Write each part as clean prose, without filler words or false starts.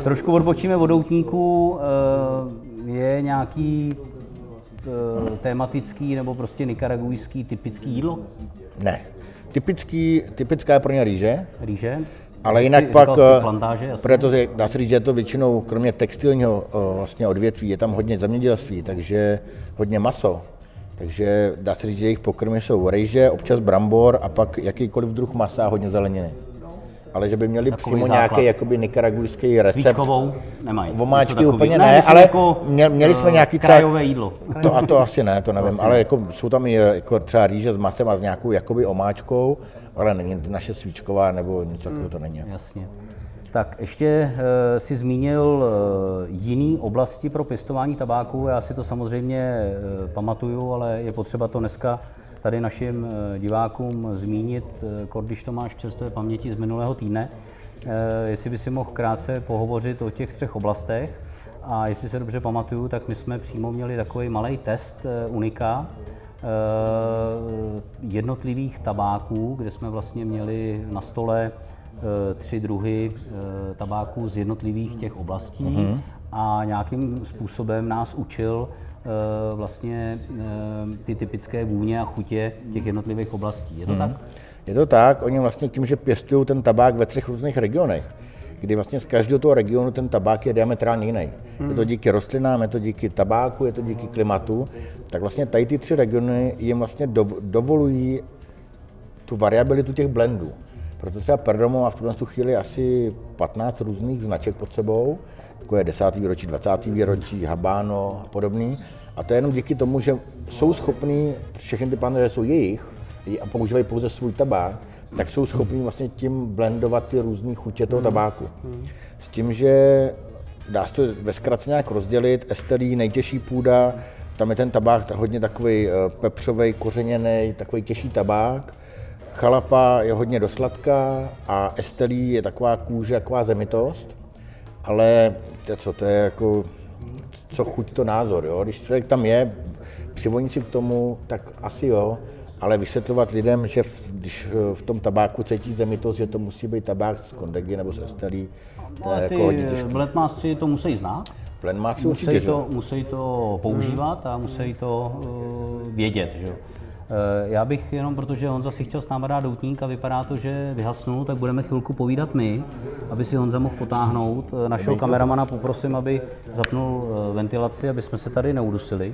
Trošku odbočíme od doutníků. Je nějaký tematický nebo prostě nikaragujský typický jídlo? Ne. Typická je pro ně rýže. Rýže? Ale jinak pak, plantáže, protože dá se říct, že je to většinou, kromě textilního vlastně odvětví, je tam hodně zemědělství, takže hodně maso. Takže dá se říct, že jejich pokrmy jsou rejže, občas brambor a pak jakýkoliv druh masa a hodně zeleniny. Ale že by měli takový přímo základ. Nějaký jakoby nikaragujský recept. Svíčkovou nemají. Vomáčky úplně ne, ale jako měli jsme nějaký krajové jídlo. To asi ne, to nevím, ale jako jsou tam i jako třeba rýže s masem a s nějakou jakoby omáčkou, ale není naše svíčková nebo něco takového to není. Jasně. Tak ještě si zmínil jiné oblasti pro pěstování tabáku. Já si to samozřejmě pamatuju, ale je potřeba to dneska tady našim divákům zmínit, když to máš v čerstvé paměti z minulého týdne. Jestli by si mohl krátce pohovořit o těch 3 oblastech. A jestli se dobře pamatuju, tak my jsme přímo měli takový malý test unika jednotlivých tabáků, kde jsme vlastně měli na stole 3 druhy tabáků z jednotlivých těch oblastí a nějakým způsobem nás učil vlastně ty typické vůně a chutě těch jednotlivých oblastí. Je to tak? Je to tak, oni vlastně tím, že pěstují ten tabák ve 3 různých regionech, kdy vlastně z každého toho regionu ten tabák je diametrálně jiný. Je to díky rostlinám, je to díky tabáku, je to díky klimatu, tak vlastně tady ty 3 regiony jim vlastně dovolují tu variabilitu těch blendů. Proto třeba Perdomo má v tuhle chvíli asi 15 různých značek pod sebou, jako je 10. výročí, 20. výročí, Habano a podobný. A to je jenom díky tomu, že jsou schopní, všechny ty plantáže jsou jejich a používají pouze svůj tabák, tak jsou schopní vlastně tím blendovat ty různé chutě toho tabáku. S tím, že dá se to ve zkratce nějak rozdělit, estelí, nejtěžší půda, tam je ten tabák hodně takový pepřový, kořeněný, takový těžší tabák. Chalapa je hodně dosladká a estelí je taková kůže, taková zemitost, ale to je jako, co chuť to názor, jo? Když člověk tam je, přivoní si k tomu, tak asi jo, ale vysvětlovat lidem, že když v tom tabáku cítí zemitost, že to musí být tabák z kondegy nebo z estelí, to je jako hodně těžké. Blendmastři to musí znát? Blendmastři určitě, musí to používat a musí to vědět, že jo? Já bych jenom, protože Honza si chtěl s náma dát doutník a vypadá to, že vyhasnul, tak budeme chvilku povídat my, aby si Honza mohl potáhnout. Našeho kameramana poprosím, aby zapnul ventilaci, aby jsme se tady neudusili.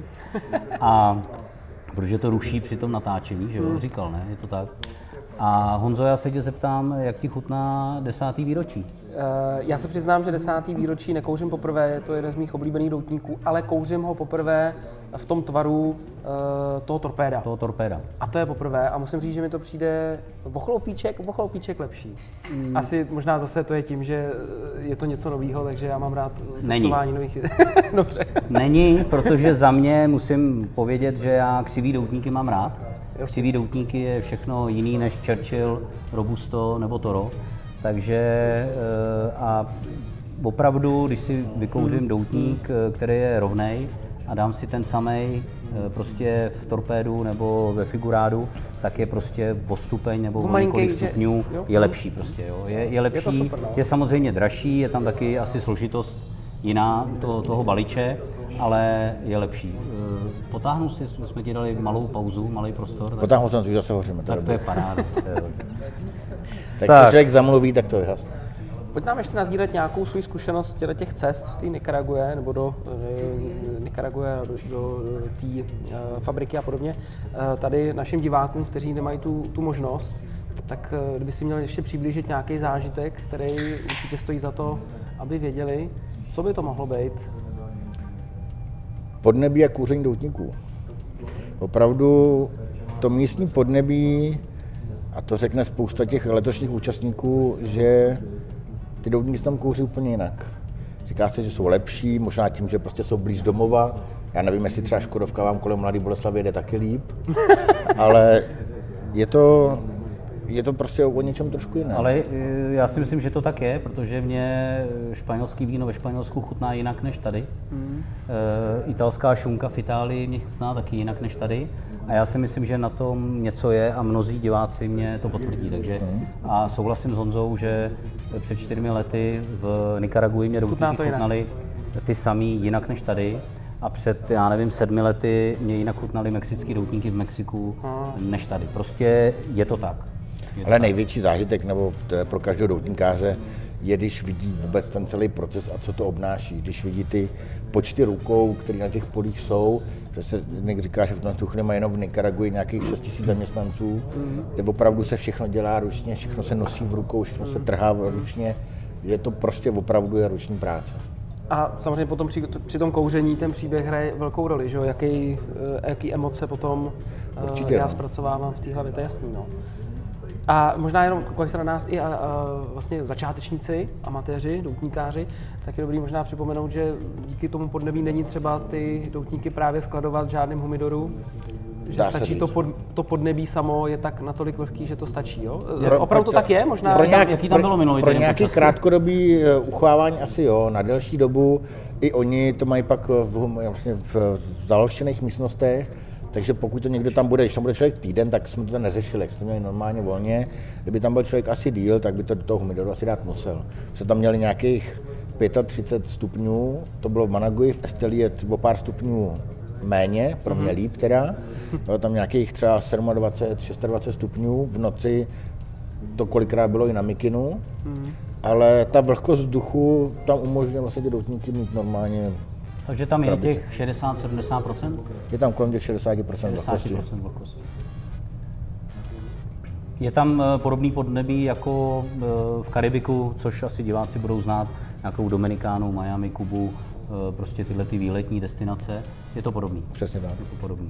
A protože to ruší při tom natáčení, že jo, říkal, ne? Je to tak? A Honzo, já se tě zeptám, jak ti chutná 10. výročí? Já se přiznám, že 10. výročí nekouřím poprvé, je to jeden z mých oblíbených doutníků, ale kouřím ho poprvé v tom tvaru toho torpéda. A to je poprvé a musím říct, že mi to přijde o chloupíček lepší. Asi možná zase to je tím, že je to něco nového, takže já mám rád testování nových. Dobře. Není, protože za mě musím povědět, že já křivý doutníky mám rád. Křivý doutníky je všechno jiný než Churchill, Robusto nebo Toro. Takže a opravdu, když si vykouřím doutník, který je rovnej a dám si ten samej prostě v torpédu nebo ve figurádu, tak je prostě o stupeň nebo o několik stupňů je lepší prostě, jo. Je lepší, je samozřejmě dražší, je tam taky asi složitost jiná toho baliče, ale je lepší. Potáhnu si, jsme ti dali malou pauzu, malý prostor. Potáhnu jsem si, už zase hoříme. Tak to je paráda. Tak když člověk zamluví, tak to je jasné. Pojď nám ještě nasdílet nějakou svou zkušenost těch cest v té Nikarague, nebo do Nikarague, do té fabriky a podobně. Tady našim divákům, kteří nemají tu možnost, tak kdyby si měl ještě přiblížit nějaký zážitek, který určitě stojí za to, aby věděli, co by to mohlo být. Podnebí a kouření doutníků. Opravdu to místní podnebí, a to řekne spousta těch letošních účastníků, že ty doutníky tam kouří úplně jinak. Říká se, že jsou lepší, možná tím, že prostě jsou blíž domova. Já nevím, jestli třeba Škodovka vám kolem Mladé Boleslavi jede taky líp, ale je to prostě o něčem trošku jiné. Ale já si myslím, že to tak je, protože mě španělský víno ve Španělsku chutná jinak než tady. Italská šunka v Itálii mě chutná taky jinak než tady. A já si myslím, že na tom něco je a mnozí diváci mě to potvrdí. Takže a souhlasím s Honzou, že před 4 lety v Nikaragui mě doutníky chutnaly ty samý jinak než tady. A před, já nevím, 7 lety mě jinak chutnaly mexický doutníky v Mexiku než tady. Prostě je to tak. Ale největší zážitek, nebo to je pro každého doutníkáře, je, když vidí vůbec ten celý proces a co to obnáší. Když vidí ty počty rukou, které na těch polích jsou, že se někdo říká, že v tom chvíli má jenom v Nikaragui nějakých 6 000 zaměstnanců, kde opravdu se všechno dělá ručně, všechno se nosí v rukou, všechno se trhá ručně. Je to prostě opravdu je ruční práce. A samozřejmě potom při tom kouření ten příběh hraje velkou roli, že? Jaký emoce potom já zpracovávám v té hlavě, to je jasný. No. A možná jenom koukají se na nás i vlastně začátečníci, amatéři, doutníkáři, tak je dobrý možná připomenout, že díky tomu podnebí není třeba ty doutníky právě skladovat v žádném humidoru, že stačí to podnebí samo, je tak natolik vlhký, že to stačí, jo? Opravdu to tak je? Možná jaký tam bylo minulý pro nějaký krátkodobý uchovávání asi jo, na delší dobu i oni to mají pak vlastně v zaleštěných místnostech. Takže pokud to někdo tam bude, když tam bude člověk týden, tak jsme to neřešili, jak jsme to měli normálně volně. Kdyby tam byl člověk asi díl, tak by to do toho humidoru asi dát musel. Jsme tam měli nějakých 35 stupňů, to bylo v Managui, v Esteli je o pár stupňů méně, pro mě líp teda. Bylo tam nějakých třeba 27, 26 stupňů, v noci to kolikrát bylo i na mikinu, ale ta vlhkost vzduchu tam umožňuje vlastně ty doutníky mít normálně. Takže tam je těch 60-70%? Je tam kolem těch 60% vlhkosti. Je tam podobný podnebí jako v Karibiku, což asi diváci budou znát, nějakou Dominikánu, Miami, Kubu, prostě tyhle ty výletní destinace. Je to podobný? Přesně tak. Je to podobný.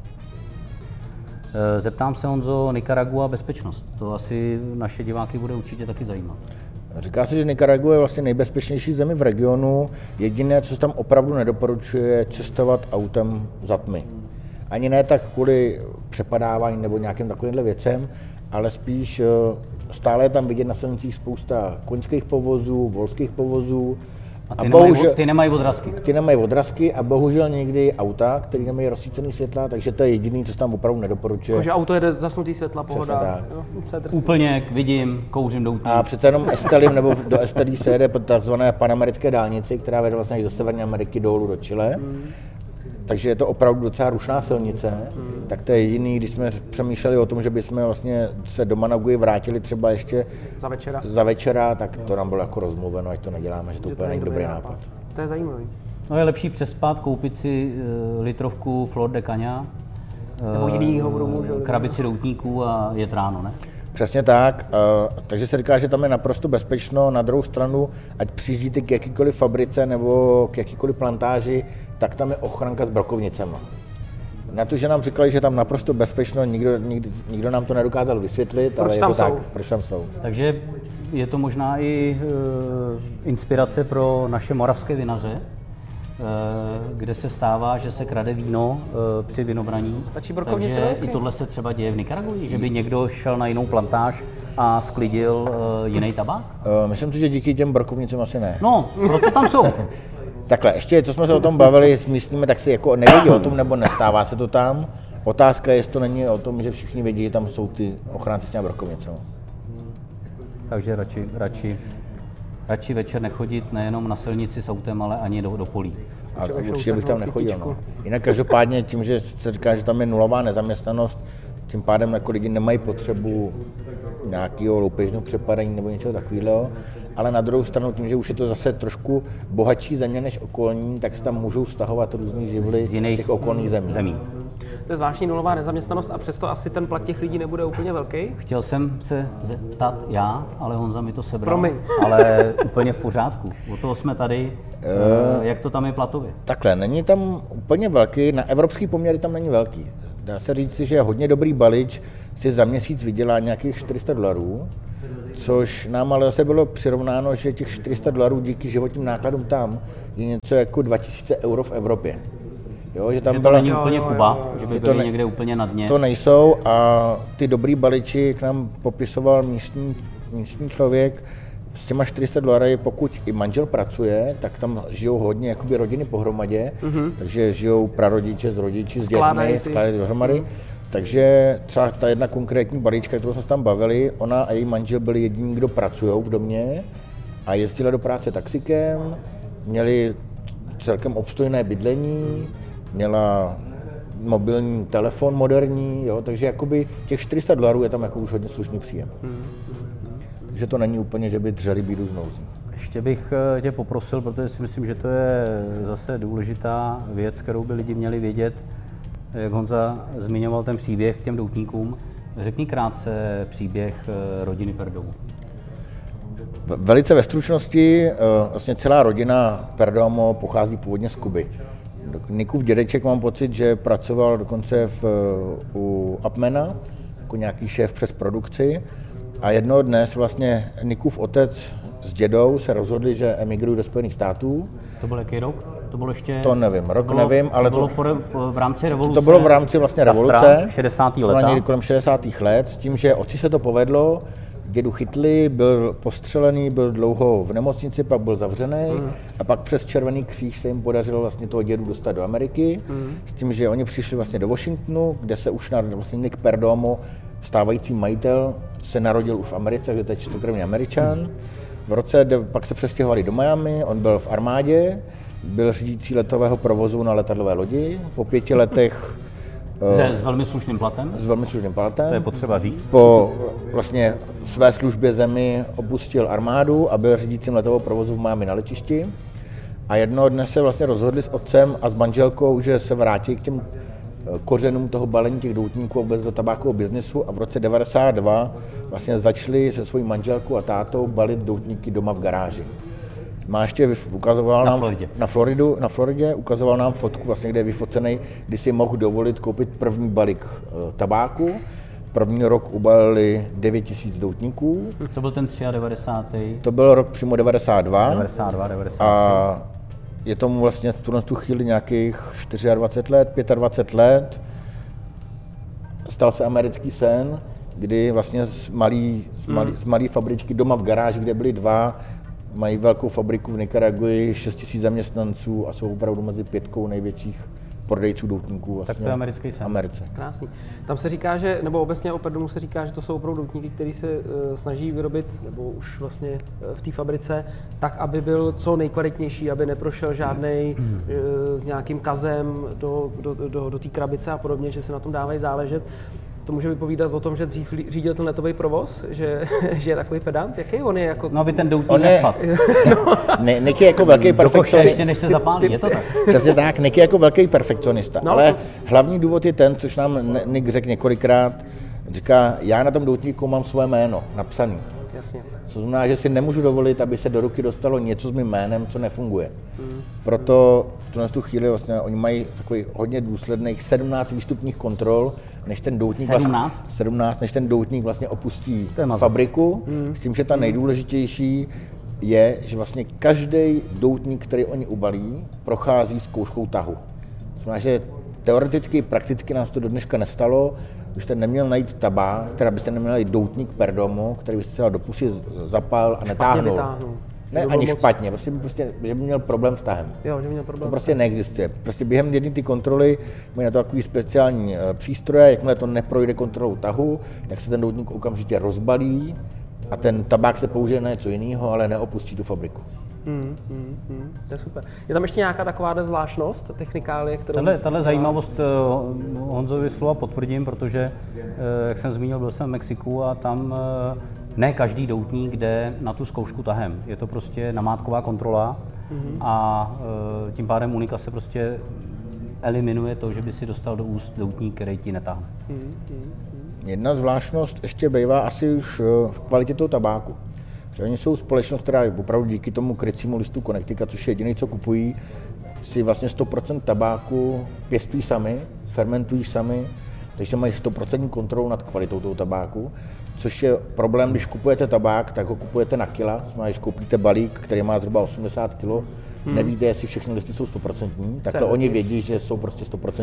Zeptám se, Honzo, Nikaragua, bezpečnost. To asi naše diváky bude určitě taky zajímat. Říká se, že Nikaragua je vlastně nejbezpečnější zemi v regionu. Jediné, co se tam opravdu nedoporučuje, je cestovat autem za tmy. Ani ne tak kvůli přepadávání nebo nějakým takovýmhle věcem, ale spíš stále je tam vidět na silnicích spousta koňských povozů, volských povozů. A ty nemají odrazky. Ty nemají odrazky a bohužel někdy auta, které nemají rozsvícený světla, takže to je jediné, co se tam opravdu nedoporučuje. Takže auto jede zasnutý světla, pohoda. Jo, úplně vidím, kouřím doutník. A přece jenom Estelim nebo do Estelí se jede po takzvané panamerické dálnici, která vede vlastně do Severní Ameriky dolů do Chile. Takže je to opravdu docela rušná silnice, tak to je jediný, když jsme přemýšleli o tom, že bychom vlastně se do Managui vrátili třeba ještě za večera, tak to nám bylo jako rozmluveno, ať to neděláme, že to úplně není dobrý nápad. To je zajímavý. No je lepší přespat, koupit si litrovku Flor de Caña, nebo jinýho brumu, krabici doutníků a jet ráno, ne? Přesně tak, takže se říká, že tam je naprosto bezpečno. Na druhou stranu, ať přijíždíte k jakýkoliv fabrice nebo k jakýkoliv plantáži, tak tam je ochranka s brokovnicemi. Na to, že nám říkali, že tam naprosto bezpečno, nikdo nám to nedokázal vysvětlit, ale je to tak, proč tam jsou. Takže je to možná i inspirace pro naše moravské vinaře, kde se stává, že se krade víno při vinobraní. Stačí brokovnice? Takže i tohle se třeba děje v Nikaragui, že by někdo šel na jinou plantáž a sklidil jiný tabák? Myslím si, že díky těm brokovnicím asi ne. No, proto tam jsou. Takhle, ještě co jsme se o tom bavili s místními, tak si jako nevědí o tom, nebo nestává se to tam. Otázka je, jestli to není o tom, že všichni vědí, že tam jsou ty ochránci s těmi brokovnicemi. Takže radši večer nechodit nejenom na silnici s autem, ale ani do polí. A určitě bych tam nechodil. No. Jinak každopádně tím, že se říká, že tam je nulová nezaměstnanost, tím pádem jako lidi nemají potřebu nějakého loupežného přepadení nebo něčeho takového. Ale na druhou stranu tím, že už je to zase trošku bohatší země než okolní, tak se tam můžou stahovat různý živly z těch okolních zemí. To je zvláštní nulová nezaměstnanost a přesto asi ten plat těch lidí nebude úplně velký. Chtěl jsem se zeptat já, ale Honza mi to sebral. Promiň. Ale úplně v pořádku. Od toho jsme tady. Jak to tam je platově? Takhle, není tam úplně velký, na evropský poměry tam není velký. Dá se říct, že hodně dobrý balič si za měsíc vydělá nějakých $400, což nám ale zase bylo přirovnáno, že těch $400 díky životním nákladům tam je něco jako 2000 € v Evropě. Jo, že tam to není úplně Kuba, že by byli někde úplně na dně. To nejsou a ty dobrý baliči k nám popisoval místní člověk, s těma $400, pokud i manžel pracuje, tak tam žijou hodně jakoby rodiny pohromadě, takže žijou prarodiče s rodiči, s dětmi, skládají dohromady. Takže třeba ta jedna konkrétní babička, kterou jsme se tam bavili, ona a její manžel byli jediní, kdo pracují v domě a jezdila do práce taxikem, měli celkem obstojné bydlení, měla mobilní telefon moderní, jo, takže jakoby těch $400 je tam jako už hodně slušný příjem. Takže to není úplně, že by dřeli bídu z nouzí. Ještě bych tě poprosil, protože si myslím, že to je zase důležitá věc, kterou by lidi měli vědět, jak Honza zmiňoval ten příběh k těm doutníkům. Řekni krátce příběh rodiny Perdomo. Velice ve stručnosti, vlastně celá rodina Perdomo pochází původně z Kuby. Nikův dědeček, mám pocit, že pracoval dokonce u Upmana, jako nějaký šéf přes produkci. A jednoho dne vlastně Nikův otec s dědou se rozhodli, že emigrují do Spojených států. To byl jaký rok? To bylo ještě... To nevím, rok nevím, ale to bylo v rámci revoluce. To bylo v rámci vlastně revoluce. 60. leta. Někdy kolem 60. let, s tím, že otci se to povedlo, dědu chytli, byl postřelený, byl dlouho v nemocnici, pak byl zavřený a pak přes Červený kříž se jim podařilo vlastně toho dědu dostat do Ameriky, s tím, že oni přišli vlastně do Washingtonu, kde se už narodil vlastně Nick Perdomo, stávající majitel, se narodil už v Americe, kde to je čistokrevný Američan. Pak se přestěhovali do Miami, on byl v armádě, byl řídící letového provozu na letadlové lodi. Po 5 letech... S velmi slušným platem? S velmi slušným platem. To je potřeba říct. Po vlastně své službě zemi opustil armádu a byl řídícím letového provozu v Miami na letišti. A jednoho dne se vlastně rozhodli s otcem a s manželkou, že se vrátí k těm kořenům toho balení těch doutníků vůbec do tabákového biznesu a v roce 92 vlastně začali se svojí manželkou a tátou balit doutníky doma v garáži. Ukazoval nám na Floridě, ukazoval nám fotku, vlastně, kde je vyfocený, kdy si mohl dovolit koupit první balík tabáku. První rok ubalili 9 000 doutníků. To byl ten 93. To byl rok přímo 92. 93. A je tomu vlastně v tu chvíli nějakých 24 let, 25 let. Stal se americký sen, kdy vlastně z malé fabričky doma v garáži, kde byly dva, mají velkou fabriku v Nikaraguji, 6 000 zaměstnanců a jsou opravdu mezi 5 největších prodejců doutníků. Vlastně tak to je americký sen. Americe. Krásný. Tam se říká, že, nebo obecně o Perdomu se říká, že to jsou opravdu doutníky, který se snaží vyrobit, nebo už vlastně v té fabrice, tak, aby byl co nejkvalitnější, aby neprošel žádnej s nějakým kazem do té krabice a podobně, že se na tom dávají záležet. To může vypovídat o tom, že dřív řídil ten letový provoz, že je takový pedant? Jaký on je jako... No, aby ten doutník nespadl. Nick je jako velký perfekcionista. Ještě než se zapálí, je to tak? Přesně tak, Nick je jako velký perfekcionista, no, ale hlavní důvod je ten, což nám Nick řekl několikrát, říká, já na tom doutníku mám svoje jméno napsané. Jasně. Co znamená, že si nemůžu dovolit, aby se do ruky dostalo něco s mým jménem, co nefunguje. Proto v tu chvíli vlastně oni mají takový hodně důsledných 17 výstupních kontrol, než ten doutník 17, než ten doutník vlastně opustí fabriku. S tím, že ta nejdůležitější je, že vlastně každý doutník, který oni ubalí, prochází zkouškou tahu. To znamená, že teoreticky, prakticky nám to do dneška nestalo, byste neměl najít tabák, teda byste neměl najít doutník Perdomo, který byste třeba do pusy zapál a netáhnul. Ne, ani špatně, prostě, že by měl problém s tahem. Jo, že by měl problém. To prostě neexistuje. Prostě během jedné ty kontroly mají na to takový speciální přístroje, jakmile to neprojde kontrolou tahu, tak se ten doutník okamžitě rozbalí a ten tabák se použije na něco jiného, ale neopustí tu fabriku. To je super. Je tam ještě nějaká taková zvláštnost, technikálie, kterou... Tahle zajímavost Honzovi slova potvrdím, protože, jak jsem zmínil, byl jsem v Mexiku a tam ne každý doutník jde na tu zkoušku tahem. Je to prostě namátková kontrola a tím pádem Unika se prostě eliminuje to, že by si dostal do úst doutník, který ti netáhne. Jedna zvláštnost ještě bývá asi už v kvalitě toho tabáku. Protože oni jsou společnost, která opravdu díky tomu krycímu listu Connecticut, což je jediný, co kupují, si vlastně 100% tabáku pěstují sami, fermentují sami, takže mají 100% kontrolu nad kvalitou toho tabáku, což je problém, když kupujete tabák, tak ho kupujete na kila, znamená, když koupíte balík, který má zhruba 80 kg, nevíte, jestli všechny listy jsou 100%, takhle oni vědí, že jsou prostě 100%.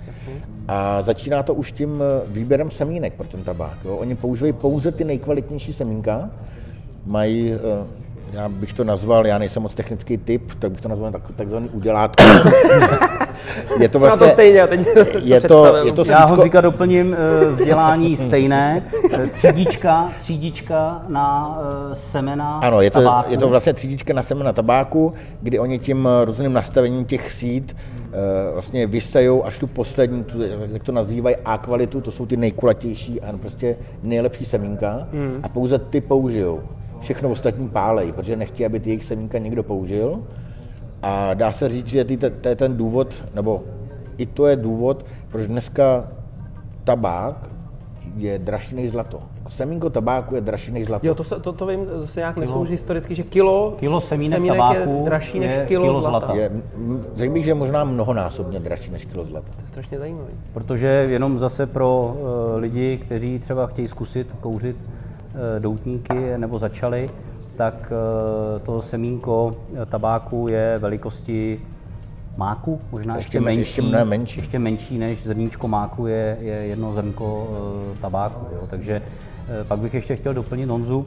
A začíná to už tím výběrem semínek pro ten tabák. Jo. Oni používají pouze ty nejkvalitnější semínka, mají, já bych to nazval, já nejsem moc technický typ, tak bych to nazval takzvaný udělátko. Je to vlastně, to stejně, teď je to já Honzíka doplním, vzdělání stejné, třídička na semena ano, tabáku. Je to vlastně třídička na semena tabáku, kdy oni tím různým nastavením těch sít vlastně vysejou až tu poslední, jak to nazývají, A kvalitu, to jsou ty nejkulatější a prostě nejlepší semínka a pouze ty použijou. Všechno ostatní pálej, protože nechtějí, aby ty jejich semínka někdo použil. A dá se říct, že to je ten důvod, nebo i to je důvod, proč dneska tabák je dražší než zlato. Jako semínko tabáku je dražší než zlato. Jo, to vím, se nějak neslouží historicky, že kilo semínek tabáku je dražší než kilo zlata. Řekl bych, že možná mnohonásobně dražší než kilo zlata. To je strašně zajímavé. Protože jenom zase pro lidi, kteří třeba chtějí zkusit kouřit doutníky nebo začali, tak to semínko tabáku je velikosti máku, možná ještě menší než zrníčko máku je jedno zrnko tabáku. Jo. Takže pak bych ještě chtěl doplnit Honzu.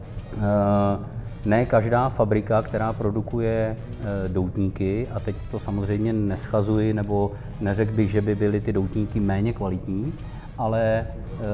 Ne každá fabrika, která produkuje doutníky, a teď to samozřejmě neschazuji, nebo neřekl bych, že by byly ty doutníky méně kvalitní, ale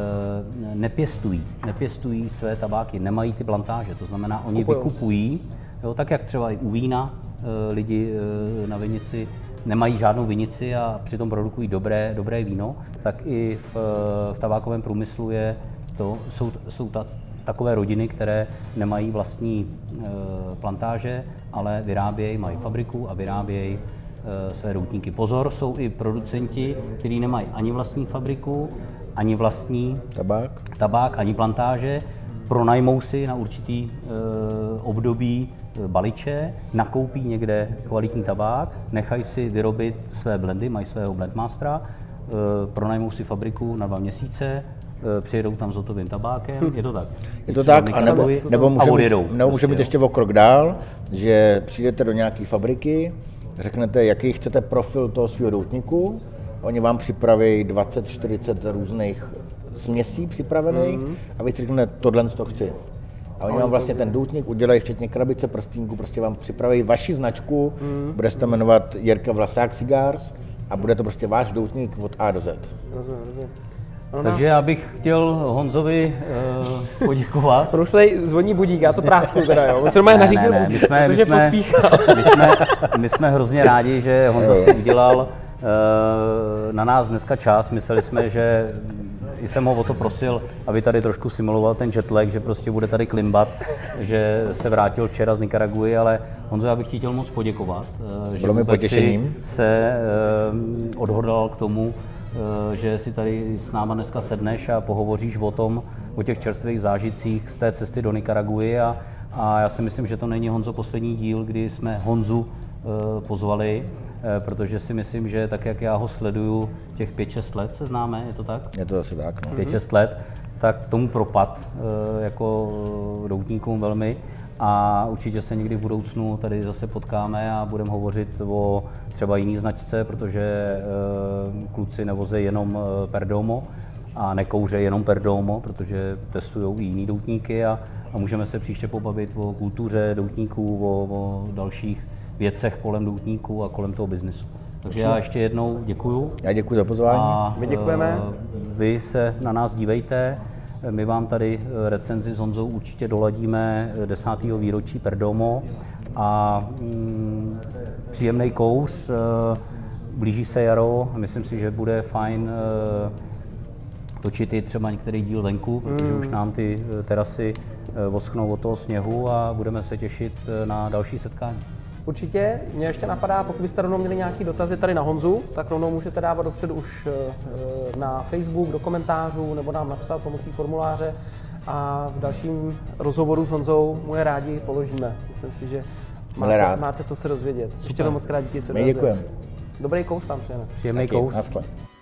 nepěstují své tabáky, nemají ty plantáže, to znamená, oni vykupují, jo, tak jak třeba i u vína lidi na vinici nemají žádnou vinici a přitom produkují dobré víno, tak i v tabákovém průmyslu jsou takové rodiny, které nemají vlastní plantáže, ale mají fabriku a vyrábějí své doutníky. Pozor, jsou i producenti, kteří nemají ani vlastní fabriku, ani vlastní tabák, ani plantáže, pronajmou si na určitý období baliče, nakoupí někde kvalitní tabák, nechají si vyrobit své blendy, mají svého blendmastera, pronajmou si fabriku na 2 měsíce, přijedou tam s hotovým tabákem, je to tak? Je to tak, nebo může být ještě o krok dál, že přijdete do nějaké fabriky, řeknete, jaký chcete profil toho svého doutníku, oni vám připraví 20-40 různých směsí připravených a vy si řeknete, tohle to chci. A oni vám vlastně ten doutník udělají včetně krabice, prstínku, prostě vám připraví vaši značku, bude se to jmenovat Jirka Vlasák Cigars a bude to prostě váš doutník od A do Z. Rozumím. Takže já bych chtěl Honzovi poděkovat. On už tady zvoní budík, já to prásknu teda, jo. On se normálně nařídil, protože pospíchal. My jsme hrozně rádi, že Honza si udělal na nás dneska čas. Mysleli jsme, že i jsem ho o to prosil, aby tady trošku simuloval ten jetlag, že prostě bude tady klimbat, že se vrátil včera z Nikaraguji, ale Honzo, já bych ti chtěl moc poděkovat, že se odhodlal k tomu, že si tady s náma dneska sedneš a pohovoříš o těch čerstvých zážitcích z té cesty do Nikaraguji a já si myslím, že to není, Honzo, poslední díl, kdy jsme Honzu pozvali, protože si myslím, že tak, jak já ho sleduju těch 5-6 let, se známe, je to tak? Je to asi tak, no. 5-6 let, tak tomu propad jako doutníkům velmi a určitě se někdy v budoucnu tady zase potkáme a budeme hovořit o třeba jiný značce, protože kluci nevozí jenom Perdomo a nekouřejí jenom Perdomo, protože testují i jiný doutníky a můžeme se příště pobavit o kultuře doutníků, o dalších věcech kolem doutníků a kolem toho biznesu. Takže já ještě jednou děkuju. Já děkuji za pozvání. A my děkujeme. Vy se na nás dívejte. My vám tady recenzi s Honzou určitě doladíme 10. výročí Perdomo a příjemný kouř. Blíží se jaro, myslím si, že bude fajn točit i třeba některý díl venku, protože už nám ty terasy voschnou od toho sněhu a budeme se těšit na další setkání. Určitě. Mě ještě napadá, pokud byste rovnou měli nějaké dotazy tady na Honzu, tak rovnou můžete dávat dopředu už na Facebook, do komentářů, nebo nám napsat pomocí formuláře a v dalším rozhovoru s Honzou mu je rádi položíme. Myslím si, že máte co se dozvědět. Ještě moc krát díky se. My děkujeme. Dobrý kouř tam přejeme. Příjemný kouř.